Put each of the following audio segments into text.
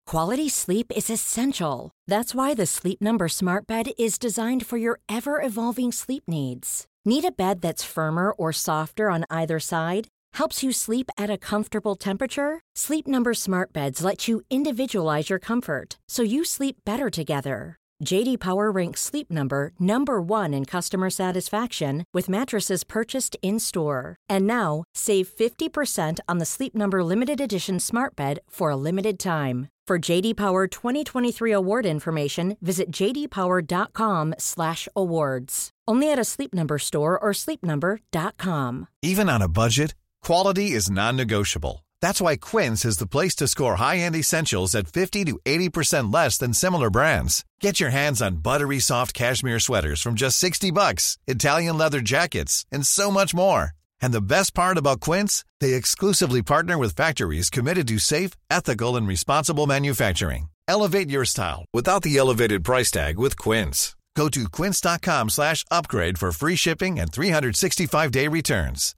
Quality sleep is essential. That's why the Sleep Number Smart Bed is designed for your ever-evolving sleep needs. Need a bed that's firmer or softer on either side? Helps you sleep at a comfortable temperature? Sleep Number Smart Beds let you individualize your comfort, so you sleep better together. J.D. Power ranks Sleep Number number 1 in customer satisfaction with mattresses purchased in-store. And now, save 50% on the Sleep Number Limited Edition Smart Bed for a limited time. For J.D. Power 2023 award information, visit jdpower.com/awards. Only at a Sleep Number store or sleepnumber.com. Even on a budget, quality is non-negotiable. That's why Quince is the place to score high-end essentials at 50 to 80% less than similar brands. Get your hands on buttery soft cashmere sweaters from just $60, Italian leather jackets, and so much more. And the best part about Quince, they exclusively partner with factories committed to safe, ethical, and responsible manufacturing. Elevate your style without the elevated price tag with Quince. Go to quince.com/upgrade for free shipping and 365-day returns.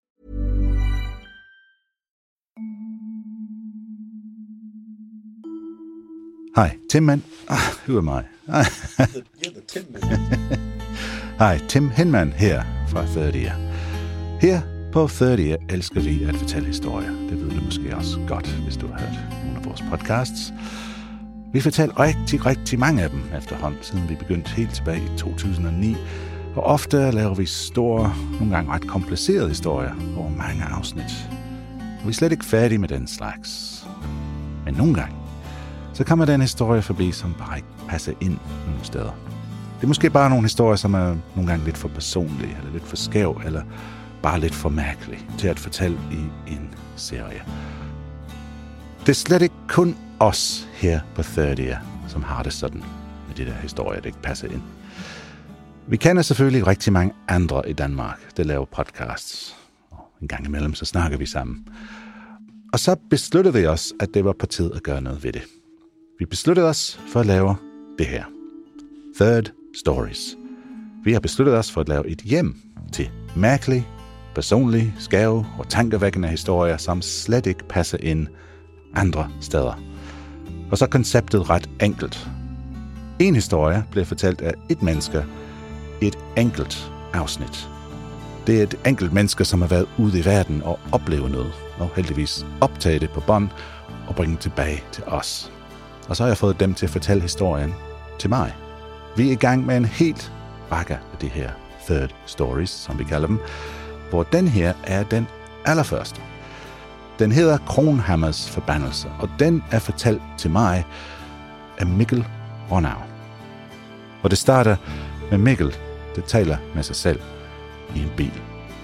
Hi, Tim Mann. Who am I? You're the Tim Man. Hi, Tim Hinman her fra 30'er. Her på 30'er elsker vi at fortælle historier. Det ved du måske også godt, hvis du har hørt nogle af vores podcasts. Vi fortæller rigtig mange af dem efterhånden, siden vi begyndte helt tilbage i 2009. Og ofte laver vi store, nogle gange ret komplicerede historier over mange afsnit. Og vi er slet ikke færdige med den slags. Men nogle gange, så kommer der en historie forbi, som bare ikke passer ind nogle steder. Det er måske bare nogle historier, som er nogle gange lidt for personlige, eller lidt for skæv, eller bare lidt for mærkelige til at fortælle i en serie. Det er slet ikke kun os her på 30'er, som har det sådan med de der historier, der ikke passer ind. Vi kender selvfølgelig rigtig mange andre i Danmark, der laver podcasts. Og en gang imellem, så snakker vi sammen. Og så besluttede vi os, at det var på tide at gøre noget ved det. Vi besluttede os for at lave det her. Third Stories. Vi har besluttet os for at lave et hjem til mærkelige, personlige, skæve og tankevækkende historier, som slet ikke passer ind andre steder. Og så er konceptet ret enkelt. En historie bliver fortalt af et menneske i et enkelt afsnit. Det er et enkelt menneske, som har været ude i verden og oplevet noget, og heldigvis optage det på bånd og bringe det tilbage til os. Og så har jeg fået dem til at fortælle historien til mig. Vi er i gang med en helt række af de her Third Stories, som vi kalder dem, hvor den her er den allerførste. Den hedder Kronhammers Forbandelse, og den er fortalt til mig af Mikkel Ronau. Og det starter med Mikkel, der taler med sig selv i en bil.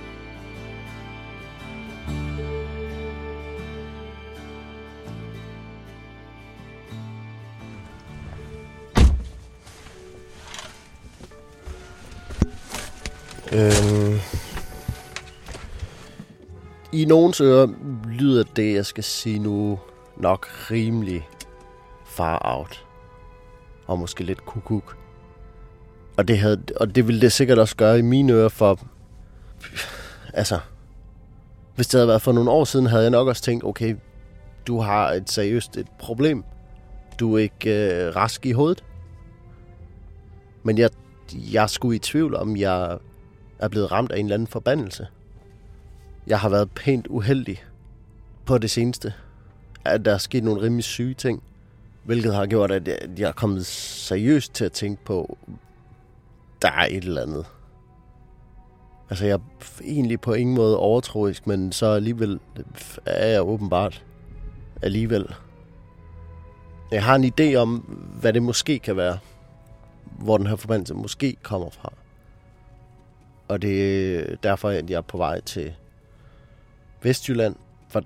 I nogens ører lyder det, jeg skal sige nu, nok rimelig far out. Og måske lidt kukuk. Og det ville det sikkert også gøre i mine ører, for altså, hvis det havde været for nogle år siden, havde jeg nok også tænkt, okay, du har et problem. Du er ikke rask i hovedet. Men jeg skulle i tvivl om, jeg er blevet ramt af en eller anden forbandelse. Jeg har været pænt uheldig på det seneste, at der er sket nogle rimelig syge ting, hvilket har gjort, at jeg er kommet seriøst til at tænke på, der er et eller andet. Altså, jeg er egentlig på ingen måde overtroisk, men så alligevel er jeg åbenbart alligevel. Jeg har en idé om, hvad det måske kan være, hvor den her forbandelse måske kommer fra. Og det er derfor, at jeg er på vej til Vestjylland, for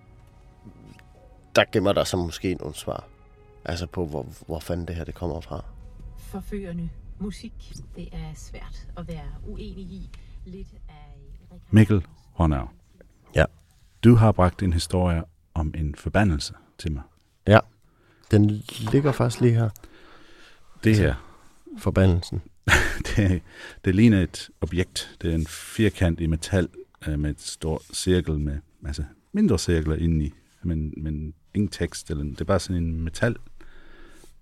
der gemmer der så måske nogle svar. Altså på, hvor fanden det her det kommer fra. Forførende musik, det er svært at være uenig i. Lidt af Mikkel Ronau. Ja. Du har bragt en historie om en forbandelse til mig. Ja, den ligger faktisk lige her. Det her. Forbandelsen. det ligner et objekt. Det er en firkant i metal med et stort cirkel med mindre cirkler indeni, men ingen tekst. Det er bare sådan en metal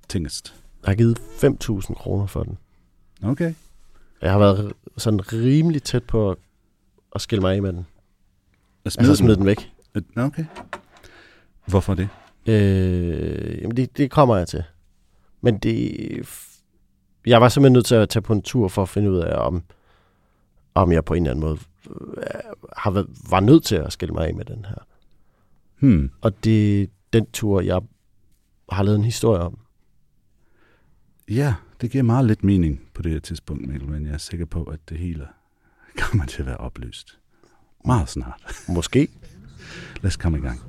tingest? Jeg har givet 5.000 kroner for den. Okay. Jeg har været sådan rimelig tæt på at skille mig af med den. Smide den væk. Okay. Hvorfor det? Jamen det kommer jeg til. Men jeg var simpelthen nødt til at tage på en tur for at finde ud af, om jeg på en eller anden måde var nødt til at skille mig af med den her. Og det er den tur, jeg har lavet en historie om. Ja, det giver meget lidt mening på det her tidspunkt, Mikkel, men jeg er sikker på, at det hele kommer til at være oplyst. Meget snart. Måske. Lad os komme i gang.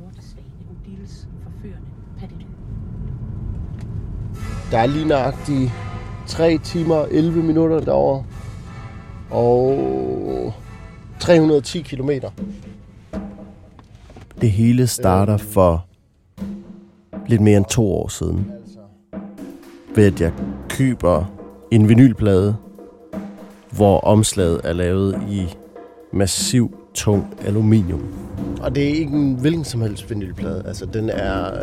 Der er lige nøjagtigt 3 timer og 11 minutter derovre. Og 310 kilometer. Det hele starter for lidt mere end 2 år siden. Ved at jeg køber en vinylplade, hvor omslaget er lavet i massiv, tung aluminium. Og det er ikke en hvilken som helst vinylplade. Altså, den er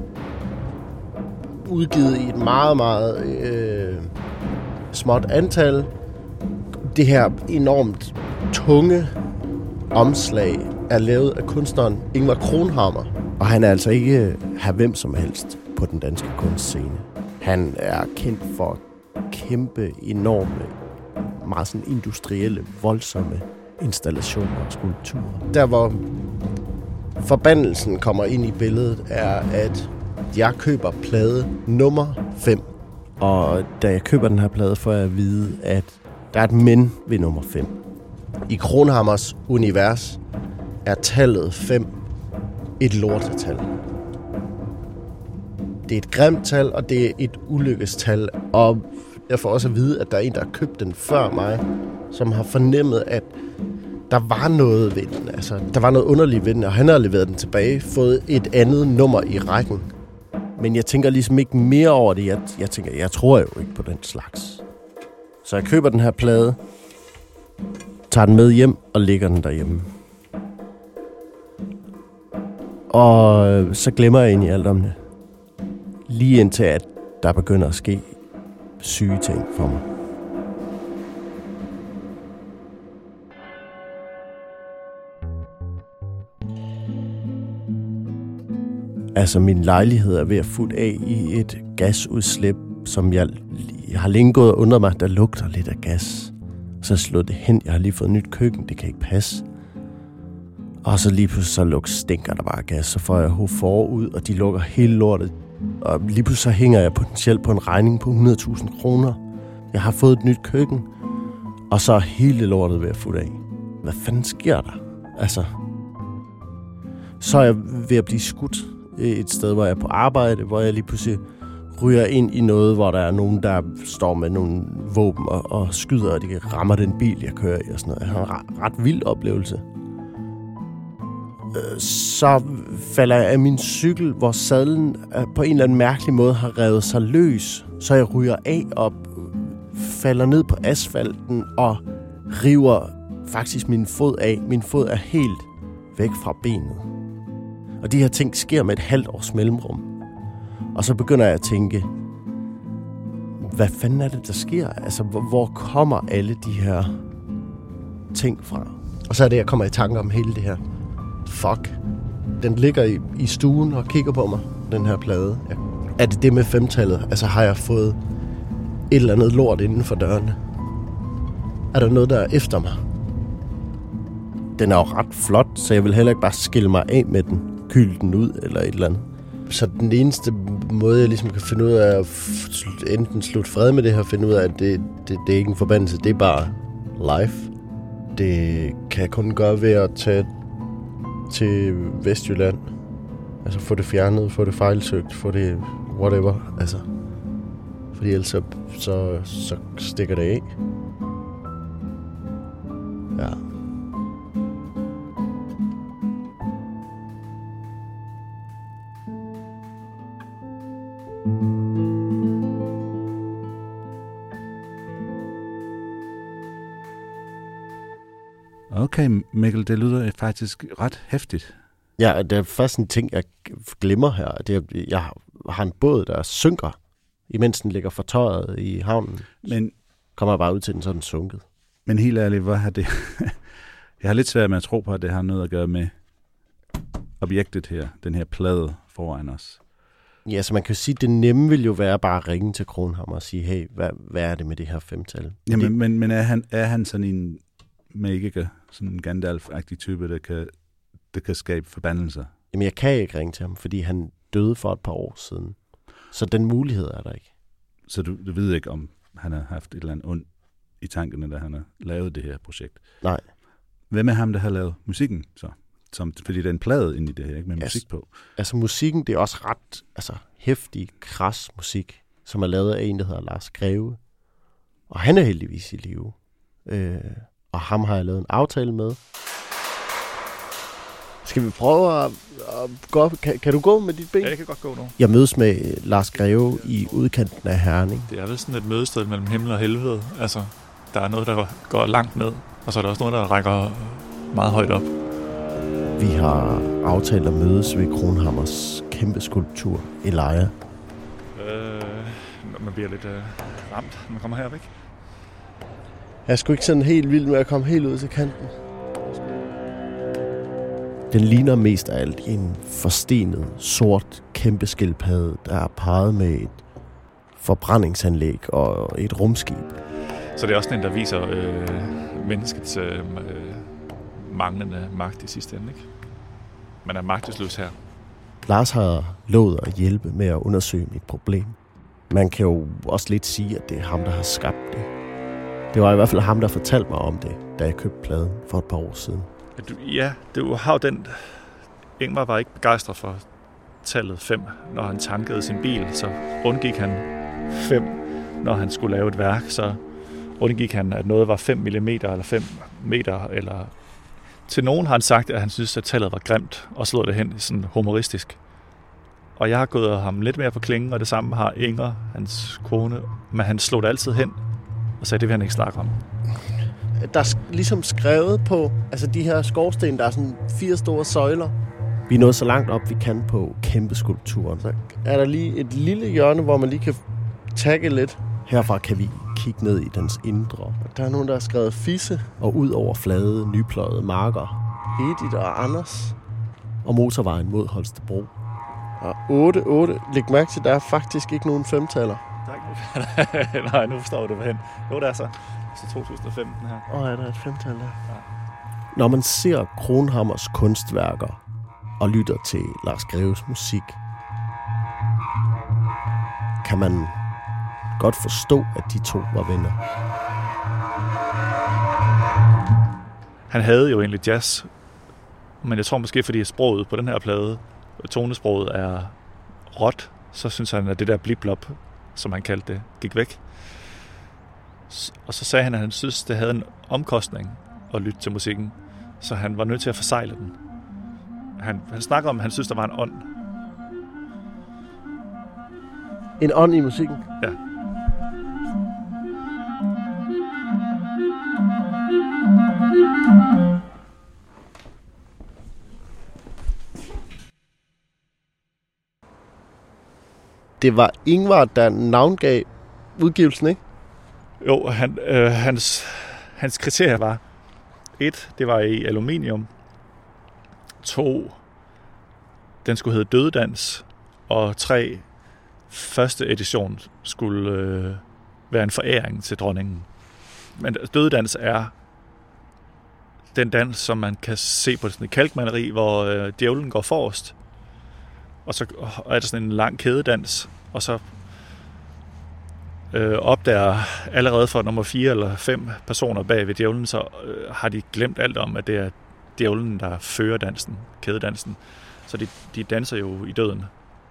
udgivet i et meget, meget småt antal. Det her enormt tunge omslag er lavet af kunstneren Ingvar Cronhammar. Og han er altså ikke hvem som helst på den danske kunstscene. Han er kendt for kæmpe, enorme, meget sådan industrielle, voldsomme installationer og skulpturer. Der hvor forbandelsen kommer ind i billedet er, at jeg køber plade nummer 5. Og da jeg køber den her plade, får jeg at vide, at der er et men ved nummer 5. I Cronhammars univers er tallet 5 et lortetal. Det er et grimt tal, og det er et ulykkestal. Og jeg får også at vide, at der er en, der har købt den før mig, som har fornemmet, at der var noget ved den. Altså, der var noget underligt ved den, og han har leveret den tilbage, fået et andet nummer i rækken. Men jeg tænker ligesom ikke mere over det. Jeg tænker, jeg tror jo ikke på den slags. Så jeg køber den her plade, tager den med hjem og lægger den derhjemme. Og så glemmer jeg egentlig alt om det. Lige indtil, at der begynder at ske syge ting for mig. Altså, min lejlighed er ved at fuldt af i et gasudslip, som jeg har længe gået og undret mig, der lugter lidt af gas. Så slået det hen. Jeg har lige fået et nyt køkken. Det kan ikke passe. Og så lige pludselig stinker der bare gas. Så får jeg HFOR ud, og de lukker hele lortet. Og lige pludselig så hænger jeg potentielt på en regning på 100.000 kroner. Jeg har fået et nyt køkken. Og så er hele lortet ved at fuldt af. Hvad fanden sker der? Altså, så er jeg ved at blive skudt et sted, hvor jeg er på arbejde, hvor jeg lige pludselig ryger ind i noget, hvor der er nogen, der står med nogle våben og skyder, og de rammer den bil, jeg kører i og sådan noget. Jeg har en ret vild oplevelse. Så falder jeg af min cykel, hvor sadlen på en eller anden mærkelig måde har revet sig løs, så jeg ryger af og falder ned på asfalten og river faktisk min fod af. Min fod er helt væk fra benet. Og de her ting sker med et halvt års mellemrum. Og så begynder jeg at tænke, hvad fanden er det, der sker? Altså, hvor kommer alle de her ting fra? Og så er det, jeg kommer i tanke om hele det her. Fuck. Den ligger i stuen og kigger på mig, den her plade. Ja. Er det med 5-tallet? Altså, har jeg fået et eller andet lort inden for dørene? Er der noget, der er efter mig? Den er jo ret flot, så jeg vil heller ikke bare skille mig af med den. Kylde den ud eller et eller andet. Så den eneste måde, jeg ligesom kan finde ud af at enten slutte fred med det her, finde ud af, at det er ikke en forbandelse, det er bare life. Det kan jeg kun gøre ved at tage til Vestjylland. Altså få det fjernet, få det fejlsøgt, få det whatever. Altså, fordi ellers så stikker det af. Ja. Okay, Mikkel, det lyder faktisk ret hæftigt. Ja, det er faktisk en ting, jeg glemmer her. Jeg har en båd, der synker. imens den ligger fortøjet i havnen. Men kommer bare ud til den sådan sunket. Men helt ærligt, hvad har det... Jeg har lidt svært med at tro på, at det har noget at gøre med objektet her, den her plade foran os. Ja, så man kan jo sige, at det nemme vil jo være bare at ringe til Kronhammer og sige, hey, hvad er det med det her 5-tal? Jamen, men er han sådan en magiker, sådan en Gandalf-agtig type, der kan skabe forbandelser? Jamen, jeg kan ikke ringe til ham, fordi han døde for et par år siden. Så den mulighed er der ikke. Så du ved ikke, om han har haft et eller andet ondt i tankerne, da han har lavet det her projekt? Nej. Hvem er ham, der har lavet musikken så? Fordi det er en plade inde i det her, ikke, med musik på. Altså musikken, det er også ret heftig, kras musik, som er lavet af en, der hedder Lars Greve. Og han er heldigvis i live. Og ham har jeg lavet en aftale med. Skal vi prøve at gå op? Kan du gå med dit ben? Ja, jeg kan godt gå nu. Jeg mødes med Lars Greve i udkanten af Herning. Det er vel sådan et mødested mellem himmel og helvede. Altså, der er noget, der går langt ned, og så er der også noget, der rækker meget højt op. Vi har aftalt at mødes ved Kronhammers kæmpe skulptur, Elia. Man bliver lidt ramt, når man kommer her væk. Jeg er sgu ikke sådan helt vild med at komme helt ud til kanten. Den ligner mest af alt en forstenet, sort kæmpe skildpadde, der er parret med et forbrændingsanlæg og et rumskib. Så det er også den, der viser menneskets manglende magt i sidste ende, ikke? Man er magtesløs her. Lars har lovet at hjælpe med at undersøge mit problem. Man kan jo også lidt sige, at det er ham, der har skabt det. Det var i hvert fald ham, der fortalte mig om det, da jeg købte pladen for et par år siden. Ja, det var jo den... Ingmar var ikke begejstret for tallet 5. Når han tankede sin bil, så undgik han 5. Når han skulle lave et værk, så undgik han, at noget var 5 mm eller 5 meter. Eller... Til nogen har han sagt, at han synes, at tallet var grimt, og slået det hen sådan humoristisk. Og jeg har gået ham lidt mere på klingen, og det samme har Inger, hans kone. Men han slog det altid hen og sagde, det vil han ikke snakke om. Der er ligesom skrevet på, altså de her skorsten, der er sådan 4 store søjler. Vi er nået så langt op, vi kan på kæmpe skulpturen. Så er der lige et lille hjørne, hvor man lige kan tagge lidt. Herfra kan vi kigge ned i dens indre. Der er nogen, der har skrevet Fisse, og ud over flade, nypløjede marker. Edith og Anders. Og motorvejen mod Holstebro. Og 8. Læg mærke til, der er faktisk ikke nogen 5-taller. Nej, nu forstår du hen. Jo, der er så 2015 her. Er der et 5-tal der? Ja. Når man ser Kronhammers kunstværker og lytter til Lars Greves musik, kan man godt forstå, at de to var venner. Han havde jo egentlig jazz, men jeg tror måske, fordi sproget på den her plade, tonesproget er råt, så synes han, at det der blip-blop, som han kaldte det, gik væk. Og så sagde han, at han synes, det havde en omkostning at lytte til musikken, så han var nødt til at forsegle den. Han snakker om, at han synes, der var en ånd. En ånd i musikken? Ja. Det var Ingvar, der navngav udgivelsen, ikke? Jo, hans kriterier var 1, det var i aluminium. 2, den skulle hedde Dødedans. Og 3, første edition skulle være en foræring til dronningen. Men Dødedans er den dans, som man kan se på sådan et kalkmaleri, hvor djævlen går forrest. Og så er der sådan en lang kædedans, og så opdager allerede for nummer 4 eller 5 personer bag ved djævlen, så har de glemt alt om, at det er djævlen, der fører dansen, kædedansen. Så de danser jo i døden.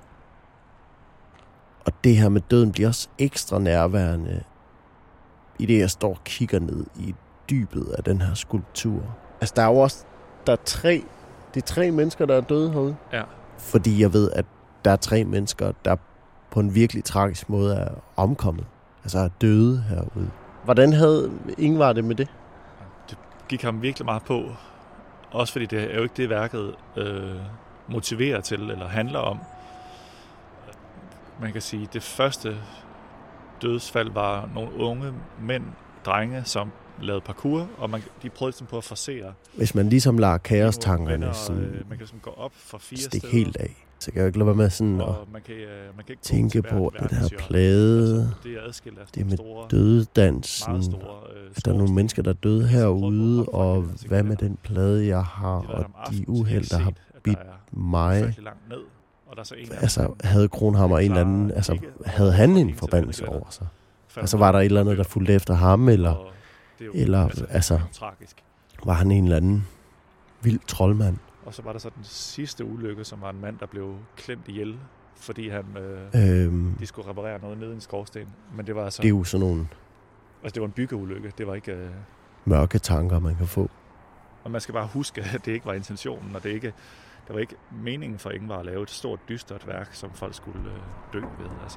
Og det her med døden bliver også ekstra nærværende, i det jeg står og kigger ned i dybet af den her skulptur. Altså der er jo også det er 3 mennesker, der er døde herude. Ja. Fordi jeg ved, at der er 3 mennesker, der på en virkelig tragisk måde er omkommet. Altså er døde herude. Hvordan havde Ingvar det med det? Det gik ham virkelig meget på. Også fordi det er jo ikke det, værket motiverer til eller handler om. man kan sige, det første dødsfald var nogle unge mænd, drenge, som lavede parkour, og de prøvede ligesom på at forsere. Hvis man ligesom lader kaostankerne man kan ligesom gå op for 4 stikke steder. helt af. Så kan jeg ikke lade være med sådan at man kan ikke tænke på det her plade, det med dødedansen. Der er nogle mennesker, der døde herude, og hvad med den plade, jeg har, og de uheld, der har bidt mig. Altså, havde Kronhammer en eller anden, altså, havde han en forbandelse over sig? Altså, var der et eller andet, der fulgte efter ham, eller altså, var han en eller anden vild troldmand? Og så var der så den sidste ulykke, som var en mand, der blev klemt ihjel, fordi han de skulle reparere noget nede i en skorsten. Men det var altså, det er jo sådan nogle... Altså, det var en byggeulykke. Det var ikke... mørke tanker, man kan få. Og man skal bare huske, at det ikke var intentionen, og det var ikke meningen for Ingvar at lave et stort, dystert værk, som folk skulle dø ved. Altså.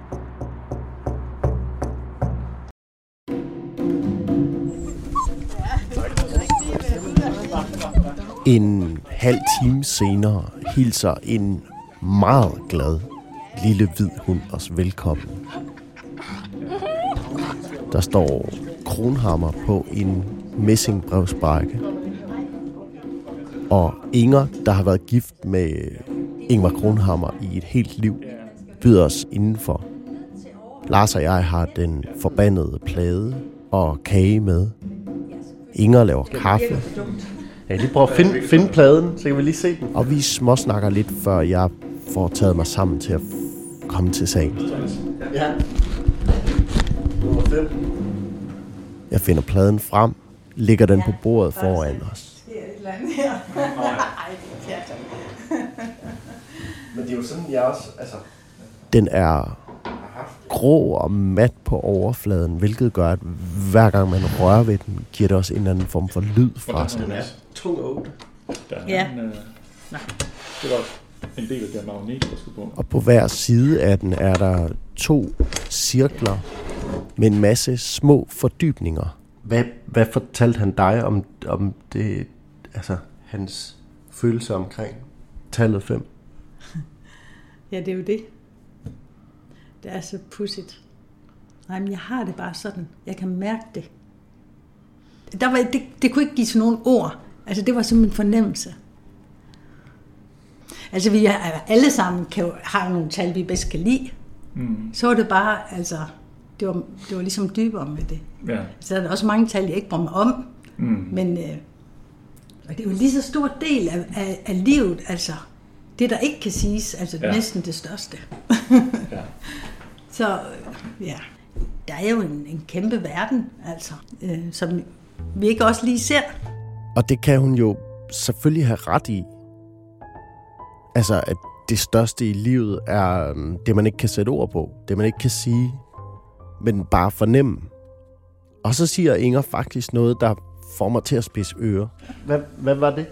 En halv time senere hilser en meget glad lille hvid hund os velkommen. Der står Kronhammer på en messingbrevsprække. Og Inger, der har været gift med Ingvar Kronhammer i et helt liv, byder os indenfor. Lars og jeg har den forbandede plade og kage med. Inger laver kaffe. Ja, lige prøve at finde pladen, så kan vi lige se den. Og vi småsnakker lidt, før jeg får taget mig sammen til at komme til sagen. Ja. Nummer 5. Jeg finder pladen frem, lægger den på bordet foran os. Det er et eller andet her. Ej, det er Men det er jo sådan, jeg også... Altså... Den er grå og mat på overfladen, hvilket gør, at hver gang man rører ved den, giver det også en eller anden form for lyd fra sig. Den er tung og åbne. Ja. Det var en del af den magnet, der skulle på. Og på hver side af den er der 2 cirkler med en masse små fordybninger. Hvad fortalte han dig om det, altså hans følelse omkring tallet 5? Ja, det er jo det. Det er så pudsigt. Nej, men jeg har det bare sådan. Jeg kan mærke det. Det kunne ikke give sådan nogle ord. Altså, det var simpelthen en fornemmelse. Altså, vi alle sammen har nogle tal, vi bedst kan lide. Mm. Så var det bare, altså, det var ligesom dybere med det. Ja. Så der er også mange tal, jeg ikke bruger mig om. Mm. Men det er jo lige så stor del af livet, altså, det der ikke kan siges, altså næsten det største. Ja. Så ja, der er jo en kæmpe verden, altså, som vi ikke også lige ser. Og det kan hun jo selvfølgelig have ret i. Altså, at det største i livet er det, man ikke kan sætte ord på. Det, man ikke kan sige, men bare fornemme. Og så siger Inger faktisk noget, der får mig til at spidse ører. Hvad var det?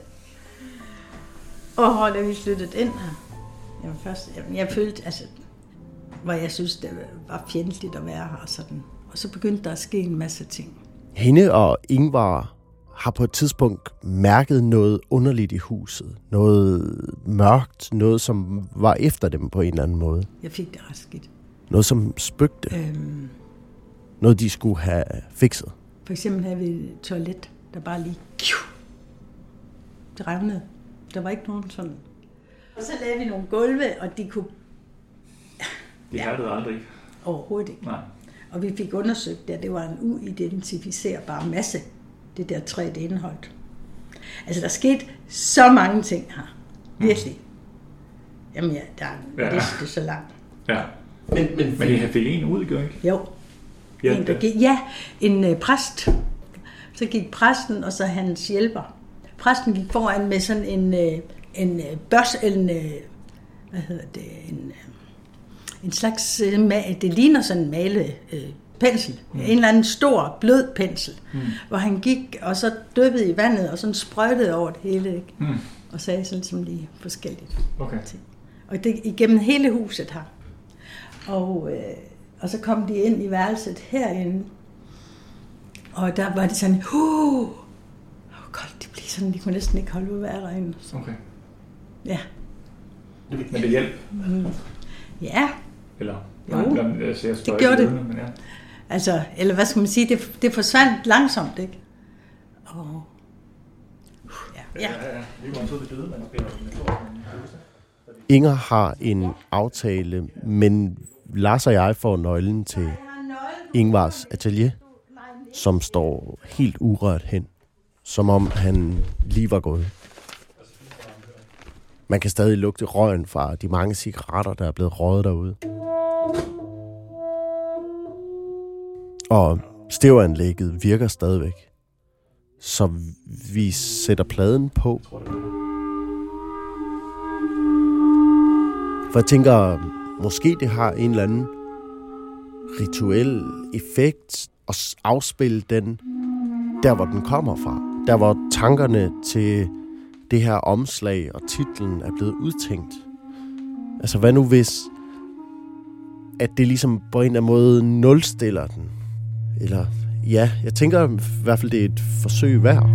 Da vi flyttede ind her. Jeg følte, altså, hvor jeg synes, det var fjendtligt at være her og sådan. Og så begyndte der at ske en masse ting. Hende og Ingvar har på et tidspunkt mærket noget underligt i huset. Noget mørkt, noget som var efter dem på en eller anden måde. Jeg fik det ret skidt. Noget som spøgte. Noget de skulle have fikset. For eksempel havde vi et toilet, der bare lige... Det revnede. Der var ikke nogen sådan... Og så lavede vi nogle gulve, og de kunne... Det hærtede aldrig. Overhovedet ikke. Nej. Og vi fik undersøgt, at det var en uidentificerbar masse, det der træ, det indeholdt. Altså, der skete så mange ting her. Virkelig. Jamen ja, det er så langt. Ja. Men I fik en ud, gør ikke? Jo. En præst. Så gik præsten, og så hans hjælper. Præsten gik foran med sådan en slags, det ligner sådan en malepensel. En eller anden stor, blød pensel, hvor han gik og så dyppede i vandet og sådan sprøjtede over det hele, ikke? Og sagde sådan som lige forskelligt. Okay. Og det igennem hele huset her. Og så kom de ind i værelset herinde, og der var det sådan, koldt, det blev sådan, de kunne næsten ikke holde ud at være derinde. Så. Okay. Ja. Men det hjalp? Ja, Eller? Jo, Jeg det gjorde det. Men ja. Altså, eller hvad skal man sige, det forsvandt langsomt, ikke? Og... Ja. Inger har en aftale, men Lars og jeg får nøglen til Ingvars atelier, som står helt urørt hen, som om han lige var gået. Man kan stadig lugte røgen fra de mange cigaretter, der er blevet røget derude. Og stereoanlægget virker stadigvæk. Så vi sætter pladen på. For jeg tænker, måske det har en eller anden rituel effekt at afspille den der, hvor den kommer fra. Der, hvor tankerne til det her omslag og titlen er blevet udtænkt. Altså, hvad nu hvis, at det ligesom på en eller anden måde nulstiller den? Eller, ja, jeg tænker i hvert fald, det er et forsøg værd.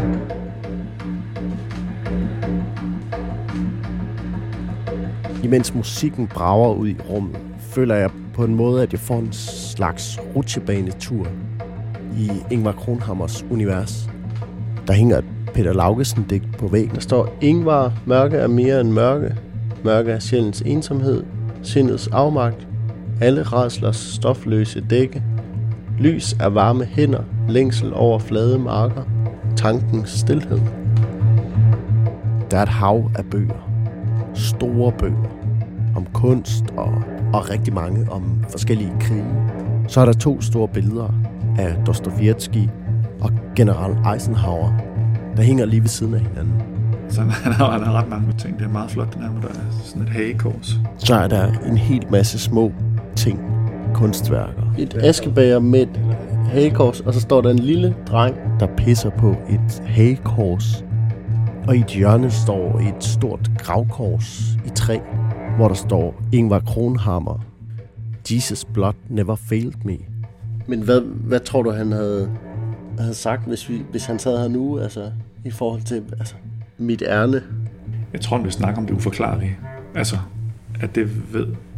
Imens musikken brager ud i rummet, føler jeg på en måde, at jeg får en slags rutsjebanetur i Ingvar Cronhammars univers. Der hænger et Peter Laugesen-digt på væggen. Der står: Ingvar, mørke er mere end mørke. Mørke er sjælens ensomhed, sindets afmagt, alle rædslers stofløse dække. Lys er varme hænder, længsel over flade marker, tankens stilhed. Der er et hav af bøger. Store bøger. Om kunst og rigtig mange om forskellige krige. Så er der 2 store billeder af Dostojevskij og general Eisenhower, der hænger lige ved siden af hinanden. Så han har ret mange ting. Det er meget flot, den her, der er sådan et hagekors. Så er der en hel masse små ting, kunstværker. Et askebager med et hagekors, og så står der en lille dreng, der pisser på et hagekors. Og i et hjørne står et stort gravkors i træ, hvor der står Ingvar Cronhammar. Jesus blood never failed me. Men hvad tror du, han havde sagt, hvis han sad her nu, altså i forhold til mit ærne? Jeg tror, han vil snakke om det uforklarlige. Altså, at det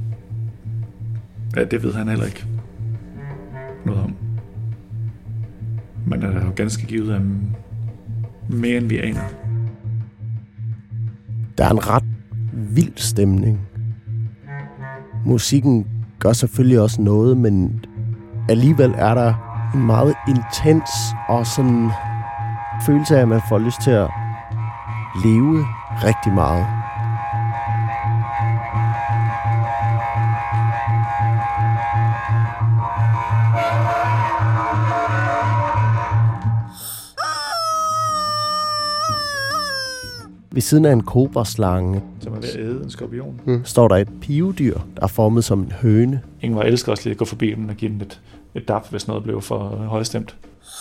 ved han heller ikke noget om. Men er jo ganske givet af mere, end vi aner. Der er en ret vild stemning. Musikken gør selvfølgelig også noget, men alligevel er der en meget intens og sådan følelse af, at man får lyst til at leve rigtig meget. Ved siden af en kobraslange, som er ved at æde en skorpion, står der et pivedyr, der er formet som en høne. Ingvar elsker også lige at gå forbi dem og give dem et dap, hvis noget blev for højstemt.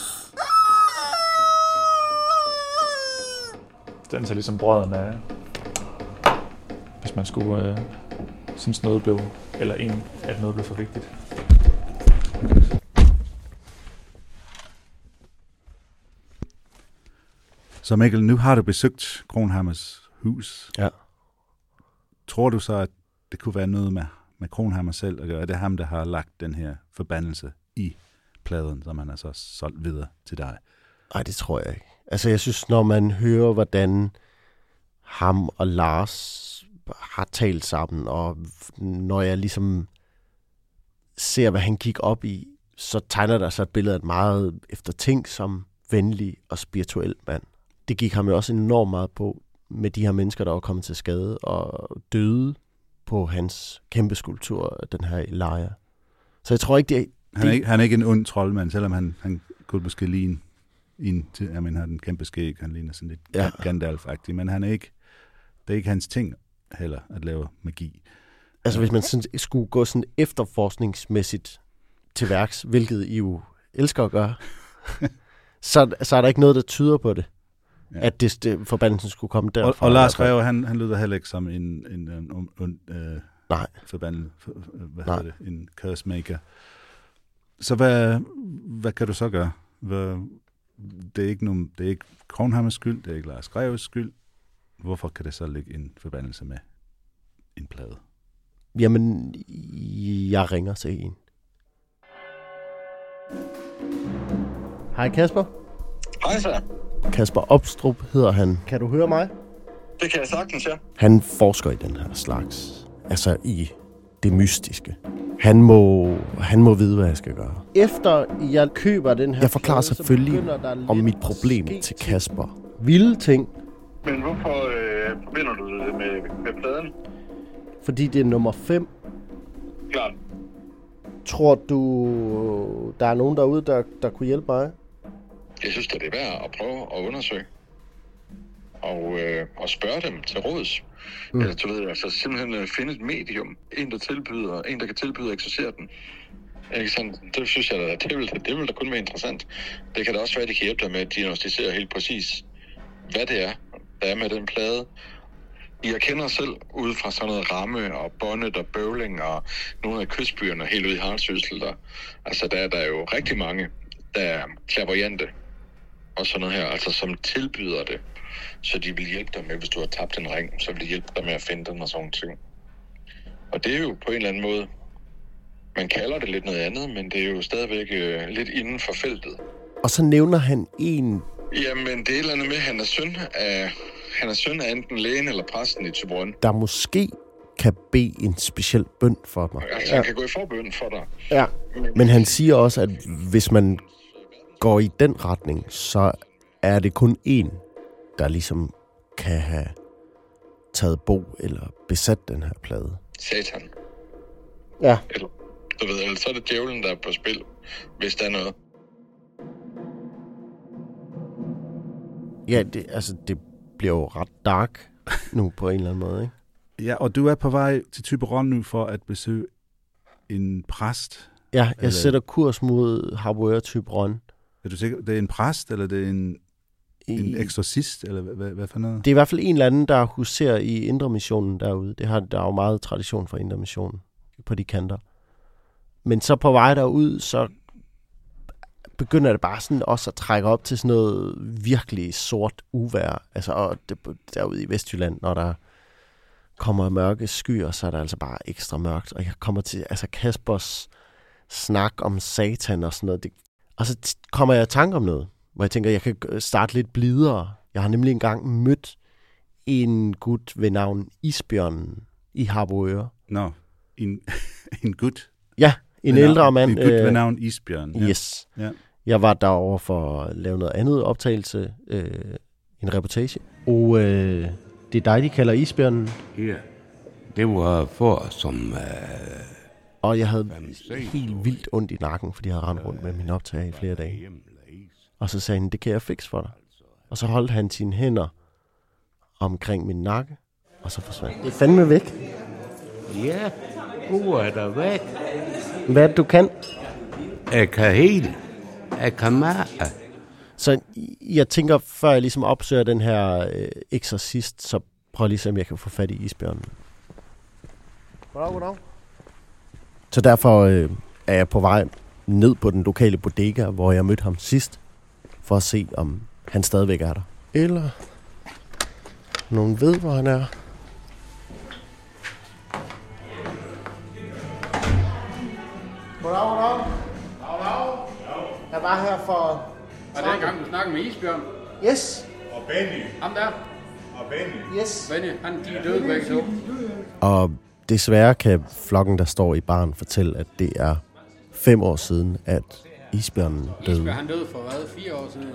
Den tager ligesom brøden af, hvis man skulle synes noget blev, eller at noget blev for vigtigt. Så Mikkel, nu har du besøgt Cronhammars hus. Ja. Tror du så, at det kunne være noget med Cronhammar selv at gøre? Er det ham, der har lagt den her forbandelse i pladen, som han har så solgt videre til dig? Nej, det tror jeg ikke. Altså, jeg synes, når man hører, hvordan ham og Lars har talt sammen, og når jeg ligesom ser, hvad han gik op i, så tegner der sig et billede af et meget eftertænksom, venlig og spirituel mand. Det gik ham jo også enormt meget på med de her mennesker, der var kommet til skade og døde på hans kæmpe skulptur, den her Elia. Så jeg tror ikke, han er ikke en ond troldmand, selvom han kunne måske ligne han har den kæmpe skæg, han ligner sådan lidt Gandalf-agtig, men det er ikke hans ting heller at lave magi. Altså hvis man sådan skulle gå sådan efterforskningsmæssigt til værks, hvilket I jo elsker at gøre, så er der ikke noget, der tyder på det. Ja. At det forbandelsen skulle komme derfra. Og Lars Greve, han lyder heller ikke som en forbandelse, en cursemaker. Så hvad kan du så gøre? Det er ikke Cronhammars skyld, det er ikke Lars Greves skyld. Hvorfor kan det så ligge en forbandelse med en plade? Jamen, jeg ringer til en. Hej Kasper. Hej så. Kasper Opstrup hedder han. Kan du høre mig? Det kan jeg sagtens, ja. Han forsker i den her slags. Altså i det mystiske. Han må vide, hvad jeg skal gøre. Efter jeg køber den her... Jeg forklarer selvfølgelig om mit problem til Kasper. Vilde ting. Men hvorfor forbinder du det med pladen? Fordi det er nummer 5. Klart. Tror du, der er nogen derude, der kunne hjælpe mig? Jeg synes, det er værd at prøve at undersøge. Og spørge dem til råds. Eller du ved, altså simpelthen finde et medium. En, der kan tilbyde at eksorcere den. Ikke sådan? Det synes jeg, det vil da kun være interessant. Det kan da også være, at de kan hjælpe dig med at diagnostisere helt præcis, hvad det er, der er med den plade. Jeg kender selv ud fra sådan noget ramme og bonnet og bøvling og nogle af kystbyerne helt ude i Haraldsyssel. Altså der er der jo rigtig mange, der er clairvoyante og sådan noget her, altså som tilbyder det. Så de vil hjælpe dig med, hvis du har tabt en ring, så vil de hjælpe dig med at finde den og sådan ting. Og det er jo på en eller anden måde, man kalder det lidt noget andet, men det er jo stadigvæk lidt inden for feltet. Og så nævner han en... Jamen, det er et eller andet med, at han er søn af enten lægen eller præsten i Thyborøn. Der måske kan bede en speciel bøn for mig. Altså, han kan gå i forbøn for dig. Ja, men han siger også, at hvis man går i den retning, så er det kun én, der ligesom kan have taget bo eller besat den her plade. Satan. Ja. Eller, du ved, eller så er det djævlen, der er på spil, hvis der er noget. Ja, det bliver jo ret dark nu på en eller anden måde, ikke? Ja, og du er på vej til Thyborøn nu for at besøge en præst. Ja, jeg sætter kurs mod Harboøre Thyborøn. Er du sikker, det er en præst, eller det er en eksorcist, eller hvad for noget? Det er i hvert fald en eller anden, der huserer i Indre Missionen derude. Der er jo meget tradition for Indre Missionen på de kanter. Men så på vej derud, så begynder det bare sådan også at trække op til sådan noget virkelig sort uvejr. Altså og derude i Vestjylland, når der kommer mørke skyer, så er der altså bare ekstra mørkt. Og jeg kommer til Kaspers snak om Satan og sådan noget. Og så kommer jeg i tanke om noget, hvor jeg tænker, jeg kan starte lidt blidere. Jeg har nemlig engang mødt en gut ved navn Isbjørnen i Harboøre. Nå, en gut? Ja, en ældre mand. En gut ved navn Isbjørn. Ja. Yes. Ja. Jeg var derovre for at lave noget andet optagelse, en reportage. Og det er dig, de kalder Isbjørnen. Ja, det var for som... Og jeg havde helt vildt ondt i nakken, fordi jeg havde rendt rundt med min optager i flere dage. Og så sagde han, det kan jeg fikse for dig. Og så holdt han sine hænder omkring min nakke, og så forsvandt. Det er fandme væk. Ja, er der væk. Hvad er det, du kan? Jeg kan hele. Jeg kan meget. Så jeg tænker, før jeg ligesom opsøger den her eksorcist, så prøv lige se, om jeg kan få fat i Isbjørnen. Goddag. Så derfor er jeg på vej ned på den lokale bodega, hvor jeg mødte ham sidst, for at se, om han stadigvæk er der. Eller nogen ved, hvor han er. Goddag. Jeg var her for... Var det engang, du snakkede med Isbjørn? Yes. Og Benny. Ham der? Og Benny. Yes. Benny, de er døde begge to. Og desværre kan flokken, der står i baren, fortælle, at det er 5 år siden, at Isbjørnen døde. Isbjørn, han døde for hvad? 4 år siden?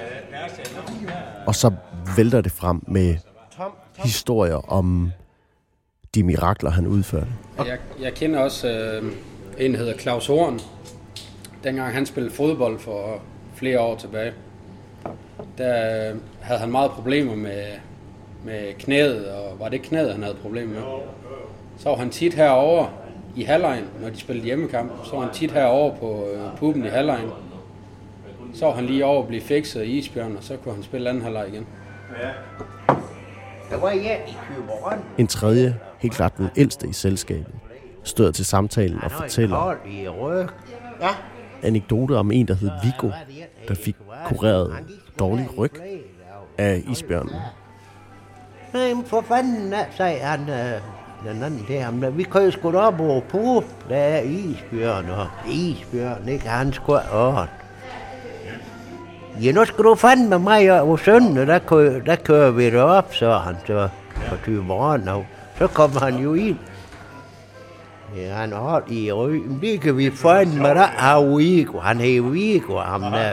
Og så vælter det frem med historier om de mirakler, han udførte. Jeg kender også en, der hedder Claus Horn. Dengang han spillede fodbold for flere år tilbage, der havde han meget problemer med knæet, og var det knæet, han havde problemer med? Så var han tit herovre i halvlejen, når de spillede hjemmekamp. Så var han tit herovre på puben i halvlejen. Så var han lige over at blive fikset i Isbjørn, og så kunne han spille anden halvleg igen. Der var jeg i Thyborøn. En tredje, helt klart den ældste i selskabet, stod til samtalen og fortæller anekdoter om en, der hed Viggo, der fik kureret dårlig ryg af Isbjørnen. Nej, for fanden, sagde han, den anden der, vi kører sgu da op over på, der er isbjørn, og isbjørn, ikke? Han sgu ordentligt. Ja, nu skal du fandme mig over søndag, der kører vi derop, så han så på 20 morgen, og så kommer han jo ind. Ja, han holdt i ryggen, det kan vi fandme, der har Viggo, han hedder Viggo, ham der.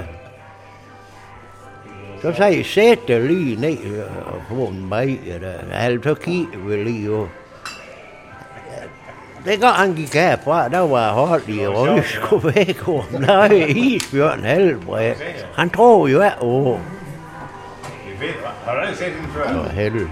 Så sagde jeg, sæt dig lige ned og få en bag, altså kigger vi lige jo. Det går han gik herfra, der var holdt i ryggen, skulle væk over, der er isbjørn halvbred. Han tror jo, at Har du ikke set den før? Nå, helvede.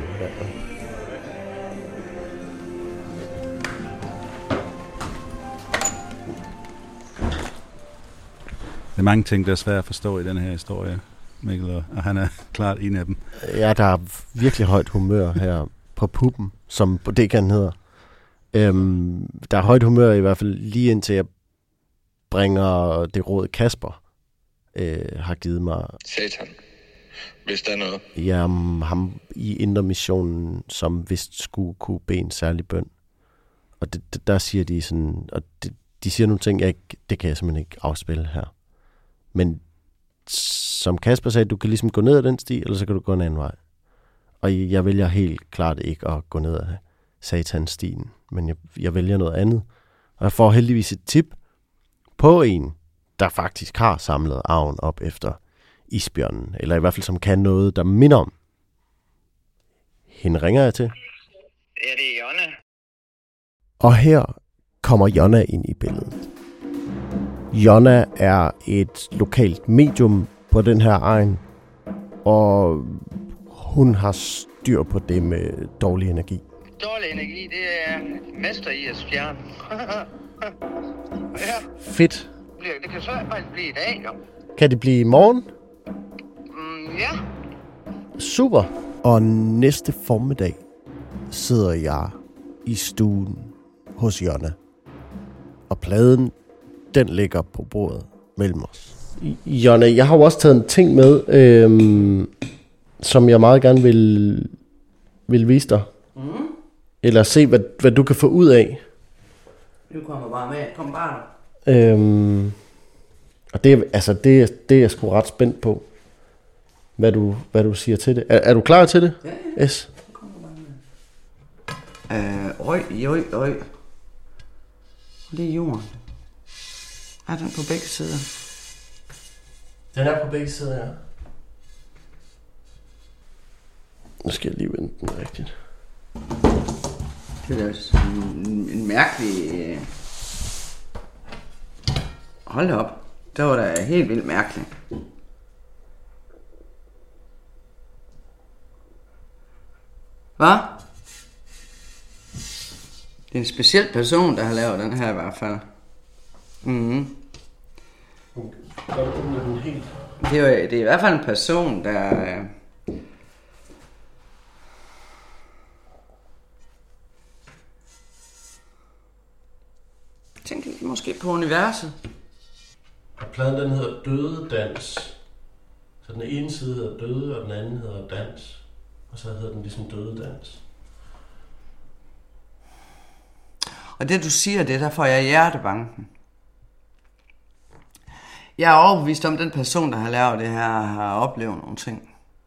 Det er mange ting, der er svært at forstå i den her historie, Mikkel, og han er klart en af dem. Ja, der er virkelig højt humør her på puppen, som bodegaen hedder. Der er højt humør i hvert fald lige indtil jeg bringer det råd Kasper har givet mig. Satan. Hvis der er noget. Ja, ham i Indre Missionen, som vist skulle kunne bede en særlig bøn. Og der siger de sådan, og de siger nogle ting, det kan jeg simpelthen ikke afspille her. Men som Kasper sagde, du kan ligesom gå ned ad den sti, eller så kan du gå en anden vej. Og jeg vælger helt klart ikke at gå ned ad satanstien, men jeg vælger noget andet. Og jeg får heldigvis et tip på en, der faktisk har samlet arven op efter isbjørnen, eller i hvert fald som kan noget, der minder om. Hende ringer jeg til. Ja, det er Jonna. Og her kommer Jonna ind i billedet. Jonna er et lokalt medium på den her egen, og hun har styr på det med dårlig energi. Dårlig energi, det er mester i at fjerne. Ja. Fedt. Det kan så bare blive i dag, jo. Kan det blive i morgen? Ja. Super. Og næste formiddag sidder jeg i stuen hos Jonna. Og pladen, den ligger på bordet mellem os. Jonna, jeg har jo også taget en ting med, som jeg meget gerne vil vise dig. Mm. Eller se, hvad du kan få ud af. Du kommer bare med. Kom bare. Og det er jeg sgu ret spændt på, hvad du siger til det. Er du klar til det? Ja. Yes. Kom bare med. Øj. Det er jorden. Er den på begge sider? Den er på begge sider, ja. Nu skal jeg lige vende den rigtigt. Det er da en mærkelig... Hold da op. Det var da helt vildt mærkeligt. Hvad? Det er en speciel person, der har lavet den her i hvert fald. Mhm. Det er i hvert fald en person, der... Tænk måske på universet. Og pladen den hedder Døde Dans. Så den ene side hedder Døde, og den anden hedder Dans. Og så hedder den ligesom Døde Dans. Og det du siger, det der får jeg hjertebanken. Jeg er overbevist om, at den person, der har lavet det her, har oplevet nogle ting.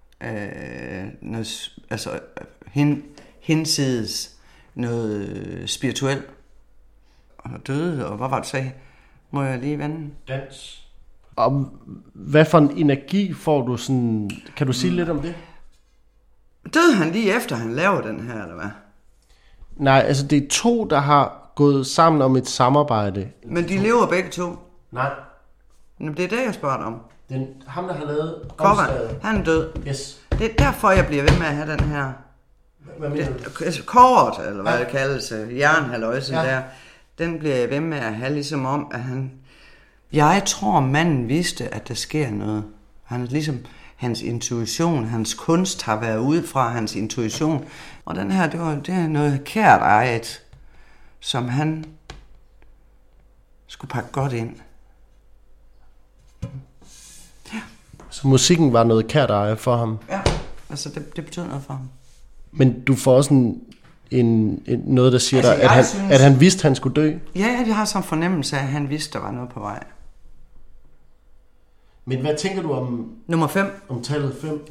Hinsides noget spirituelt. Og døde, og hvad var det, du sagde? Må jeg lige vende? Dans. Og hvad for en energi får du sådan... Kan du sige lidt om det? Døde han lige efter, han lavede den her, eller hvad? Nej, altså det er to, der har gået sammen om et samarbejde. Men de lever begge to? Nej. Men det er det, jeg spørger om. Ham, der har lavet omslaget. Han er død. Yes. Det er derfor, jeg bliver ved med at have den her... Hvad mener du? Kort, eller hvad det kaldes, jernhaløjse der. Den bliver jeg ved med at have ligesom om, at han... Jeg tror, manden vidste, at der sker noget. Han ligesom... Hans intuition, hans kunst har været ud fra hans intuition. Og den her, det er noget kært ejet, som han skulle pakke godt ind. Ja. Så musikken var noget kært ejet for ham? Ja, altså det betød noget for ham. Men du får også noget, der siger dig, at han vidste, han skulle dø? Ja, jeg har sådan en fornemmelse af, at han vidste, der var noget på vej. Men hvad tænker du om... Nummer 5. Om tallet 5?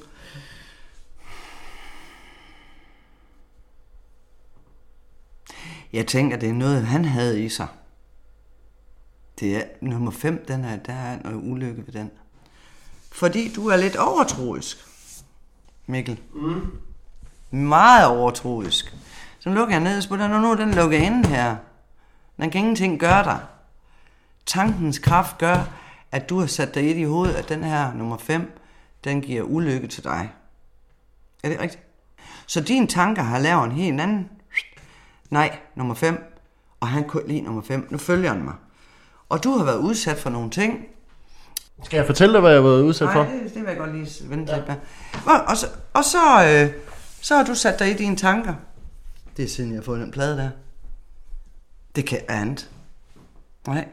Jeg tænker, det er noget, han havde i sig. Det er nummer 5, der er noget ulykke ved den. Fordi du er lidt overtroisk, Mikkel. Meget overtroisk. Så lukker jeg ned og spørger, nu den lukker inde her. Den kan ingenting gøre dig. Tankens kraft gør, at du har sat dig i hovedet, at den her nummer 5, den giver ulykke til dig. Er det rigtigt? Så dine tanker har lavet en helt anden. Nej, nummer 5. Og han kunne lide nummer 5. Nu følger han mig. Og du har været udsat for nogle ting. Skal jeg fortælle dig, hvad jeg har været udsat for? Nej, det vil jeg godt lige vente lidt med. Og så har du sat dig i dine tanker. Det er siden jeg har fået den plade der. Det kan andet. Nej.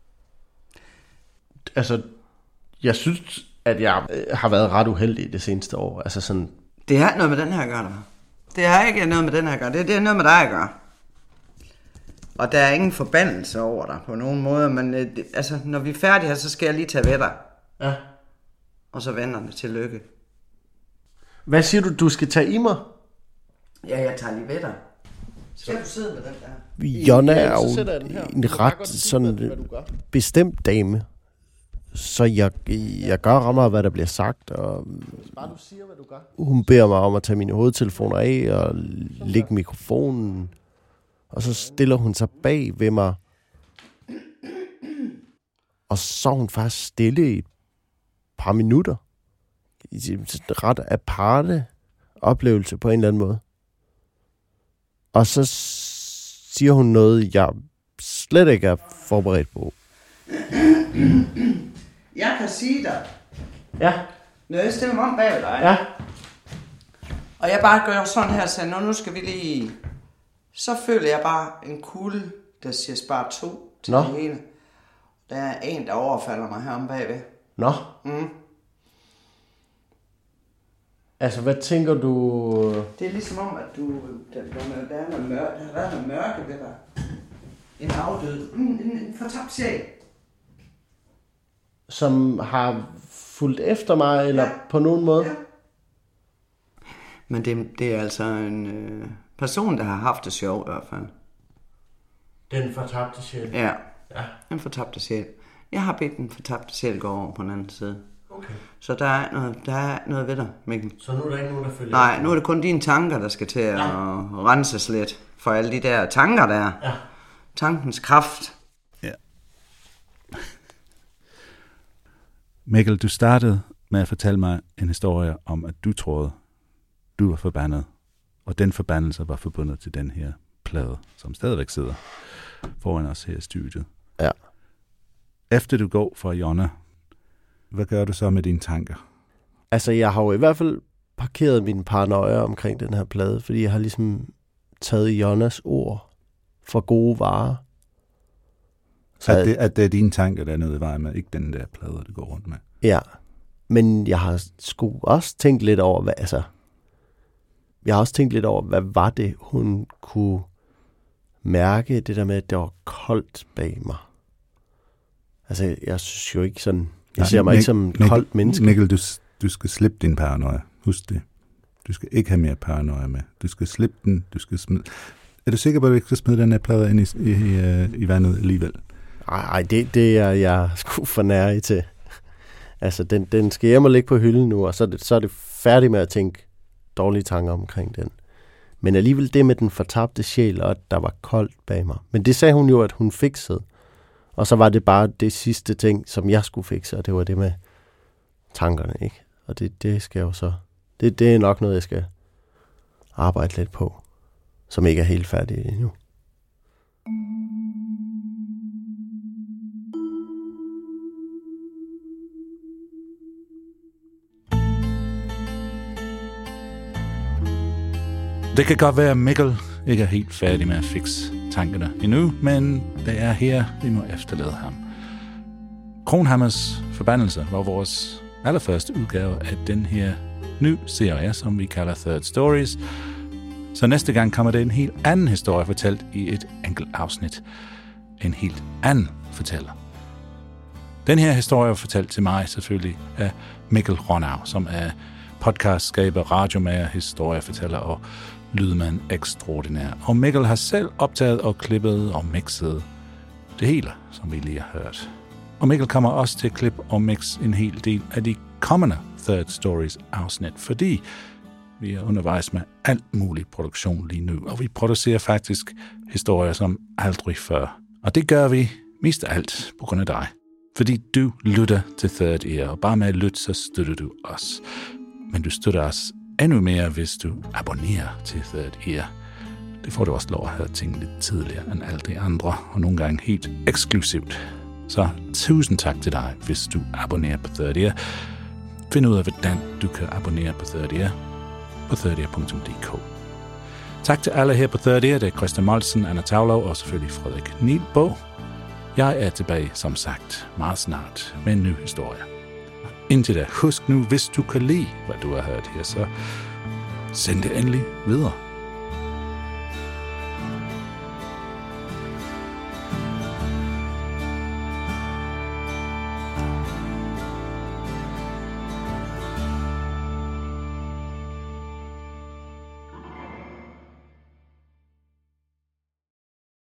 Altså, jeg synes, at jeg har været ret uheldig det seneste år. Altså sådan... Det har ikke noget med den her at gøre, der. Det har ikke noget med den her at gøre. Det er noget med dig at gøre. Og der er ingen forbandelse over dig på nogen måde. Men altså, når vi er færdige her, så skal jeg lige tage ved dig. Ja. Og så vender det til lykke. Hvad siger du, du skal tage i mig? Ja, jeg tager lige ved dig. Skal du sidde med den der? Jonna er jo en ret sådan bestemt dame. Så jeg gør ret meget, hvad der bliver sagt. Og bare du siger, hvad du gør. Hun beder mig om at tage mine hovedtelefoner af og lægge mikrofonen. Og så stiller hun sig bag ved mig. Og så er hun faktisk stille i et par minutter. I en ret aparte oplevelse på en eller anden måde. Og så siger hun noget, jeg slet ikke er forberedt på. Jeg kan sige dig. Ja. Når jeg stiller mig om bag dig. Ja. Og jeg bare gør sådan her, så nu skal vi lige... Så føler jeg bare en kulde, der siger spar 2 til det hele. Der er en, der overfalder mig her om bagved. Nå. Altså, hvad tænker du... Det er ligesom om, at du... Der er noget mørke, der har været noget mørke ved dig. En afdød. En fortabt sjæl. Som har fulgt efter mig, eller på nogen måde? Ja. Men det er altså en person, der har haft det sjovt i hvert fald. Den fortabte sjæl? Ja. Den fortabte sjæl. Jeg har bedt den fortabte sjæl gå over på den anden side. Okay. Så der er noget ved dig, Mikkel. Så nu er der ikke nogen, der følger? Nej, nu er det kun dine tanker, der skal til at renses lidt. For alle de der tanker der. Ja. Tankens kraft. Ja. Mikkel, du startede med at fortælle mig en historie om, at du troede, du var forbandet. Og den forbandelse var forbundet til den her plade, som stadigvæk sidder foran os her i studiet. Ja. Efter du går fra Jonna, hvad gør du så med dine tanker? Altså, jeg har jo i hvert fald parkeret mine paranoia omkring den her plade, fordi jeg har ligesom taget Jonnas ord for gode varer. Så at det er dine tanker, der er noget i vejen med, ikke den der plade, du går rundt med. Ja, men jeg har sgu også tænkt lidt over, hvad var det, hun kunne mærke, det der med, at det var koldt bag mig. Altså, jeg synes jo ikke sådan... Jeg ser mig ikke som en koldt menneske. Mikkel, du skal slippe din paranoia. Husk det. Du skal ikke have mere paranoia med. Du skal slippe den. Du skal smide... Er du sikker på, at du ikke skal smide den her plade ind i vandet alligevel? Nej, det er jeg sgu for nær til. Altså, den skal hjem og ligge på hylden nu, og så er det færdig med at tænke dårlige tanker omkring den. Men alligevel det med den fortabte sjæl, og at der var koldt bag mig. Men det sagde hun jo, at hun fiksede. Og så var det bare det sidste ting, som jeg skulle fikse, og det var det med tankerne, ikke? Og det skal jo så... Det er nok noget, jeg skal arbejde lidt på, som ikke er helt færdigt endnu. Det kan godt være, at Mikkel ikke er helt færdig med at fikse tankerne endnu, men det er her, vi må efterlade ham. Kronhammers Forbandelse var vores allerførste udgave af den her nye serie, som vi kalder Third Stories. Så næste gang kommer det en helt anden historie fortalt i et enkelt afsnit. En helt anden fortæller. Den her historie er fortalt til mig selvfølgelig af Mikkel Ronau, som er podcastskaber, radiomager, historiefortæller og lydmand ekstraordinær. Og Mikkel har selv optaget og klippet og mixet det hele, som vi lige har hørt. Og Mikkel kommer også til at klippe og mixe en hel del af de kommende Third Stories afsnit, fordi vi er undervejs med alt mulig produktion lige nu, og vi producerer faktisk historier som aldrig før. Og det gør vi mest af alt på grund af dig. Fordi du lytter til Third Ear, og bare med at lytte, så støtter du os. Men du støtter os endnu mere, hvis du abonnerer til Third Ear. Det får du også lov at have ting lidt tidligere end alle de andre, og nogle gange helt eksklusivt. Så tusind tak til dig, hvis du abonnerer på Third Ear. Find ud af, hvordan du kan abonnere på Third Ear på thirdear.dk. Tak til alle her på Third Ear. Det er Christian Molsen, Anna Tavlov og selvfølgelig Frederik Nielbo. Jeg er tilbage, som sagt, meget snart med en ny historie. Indtil da, husk nu, hvis du kan lide, hvad du har hørt her, så send det endelig videre.